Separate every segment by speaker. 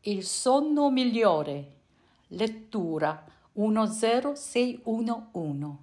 Speaker 1: Il sonno migliore. Lettura 10611.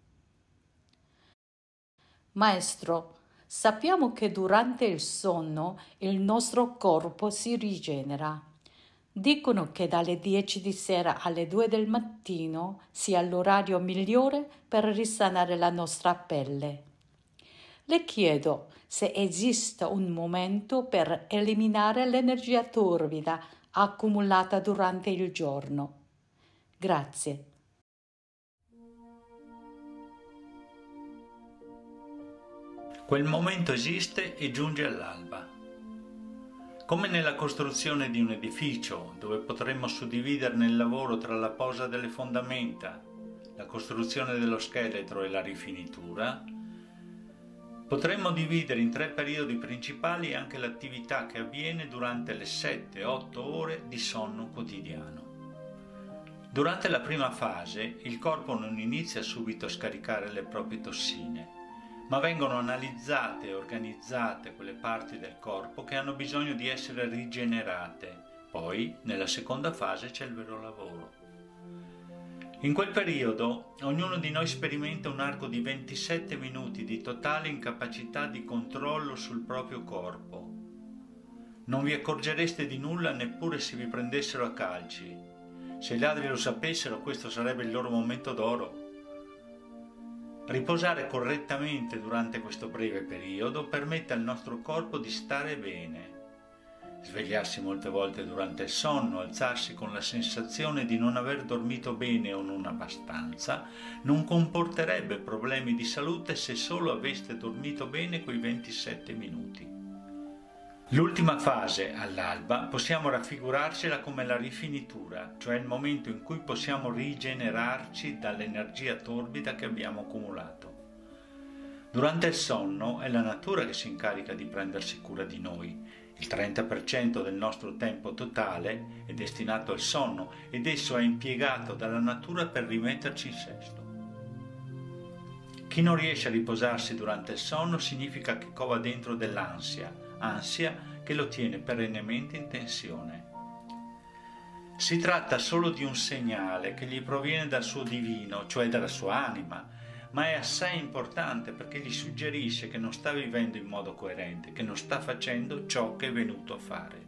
Speaker 1: Maestro, sappiamo che durante il sonno il nostro corpo si rigenera. Dicono che dalle 10 di sera alle 2 del mattino sia l'orario migliore per risanare la nostra pelle. Le chiedo se esiste un momento per eliminare l'energia torbida accumulata durante il giorno. Grazie.
Speaker 2: Quel momento esiste e giunge all'alba. Come nella costruzione di un edificio, dove potremmo suddividerne il lavoro tra la posa delle fondamenta, la costruzione dello scheletro e la rifinitura, potremmo dividere in 3 periodi principali anche l'attività che avviene durante le 7-8 ore di sonno quotidiano. Durante la prima fase il corpo non inizia subito a scaricare le proprie tossine, ma vengono analizzate e organizzate quelle parti del corpo che hanno bisogno di essere rigenerate. Poi, nella seconda fase, c'è il vero lavoro. In quel periodo, ognuno di noi sperimenta un arco di 27 minuti di totale incapacità di controllo sul proprio corpo. Non vi accorgereste di nulla neppure se vi prendessero a calci. Se i ladri lo sapessero, questo sarebbe il loro momento d'oro. Riposare correttamente durante questo breve periodo permette al nostro corpo di stare bene. Svegliarsi molte volte durante il sonno, alzarsi con la sensazione di non aver dormito bene o non abbastanza, non comporterebbe problemi di salute se solo aveste dormito bene quei 27 minuti. L'ultima fase, all'alba, possiamo raffigurarcela come la rifinitura, cioè il momento in cui possiamo rigenerarci dall'energia torbida che abbiamo accumulato. Durante il sonno è la natura che si incarica di prendersi cura di noi. Il 30% del nostro tempo totale è destinato al sonno ed esso è impiegato dalla natura per rimetterci in sesto. Chi non riesce a riposarsi durante il sonno significa che cova dentro dell'ansia, ansia che lo tiene perennemente in tensione. Si tratta solo di un segnale che gli proviene dal suo divino, cioè dalla sua anima, ma è assai importante perché gli suggerisce che non sta vivendo in modo coerente, che non sta facendo ciò che è venuto a fare.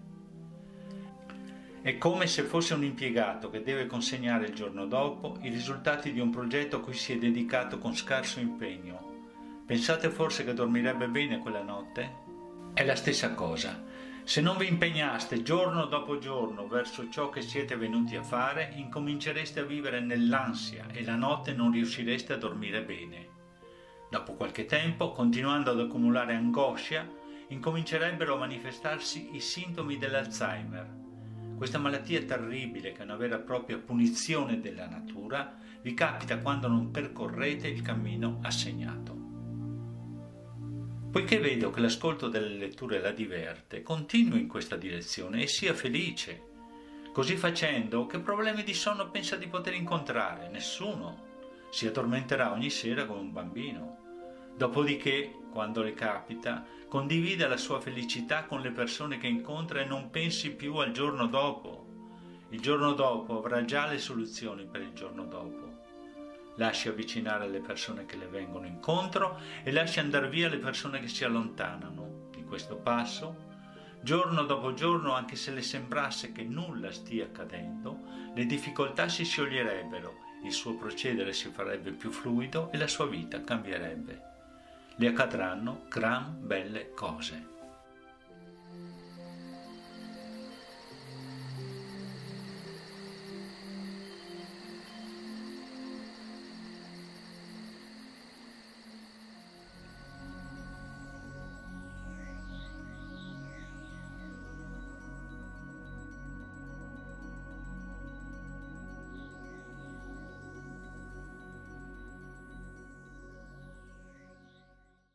Speaker 2: È come se fosse un impiegato che deve consegnare il giorno dopo i risultati di un progetto a cui si è dedicato con scarso impegno. Pensate forse che dormirebbe bene quella notte? È la stessa cosa. Se non vi impegnaste giorno dopo giorno verso ciò che siete venuti a fare, incomincereste a vivere nell'ansia e la notte non riuscireste a dormire bene. Dopo qualche tempo, continuando ad accumulare angoscia, incomincerebbero a manifestarsi i sintomi dell'Alzheimer. Questa malattia terribile, che è una vera e propria punizione della natura, vi capita quando non percorrete il cammino assegnato. Poiché vedo che l'ascolto delle letture la diverte, continui in questa direzione e sia felice. Così facendo, che problemi di sonno pensa di poter incontrare? Nessuno. Si addormenterà ogni sera come un bambino. Dopodiché, quando le capita, condivida la sua felicità con le persone che incontra e non pensi più al giorno dopo. Il giorno dopo avrà già le soluzioni per il giorno dopo. Lasci avvicinare le persone che le vengono incontro e lasci andare via le persone che si allontanano. Di questo passo, giorno dopo giorno, anche se le sembrasse che nulla stia accadendo, le difficoltà si scioglierebbero, il suo procedere si farebbe più fluido e la sua vita cambierebbe. Le accadranno gran belle cose.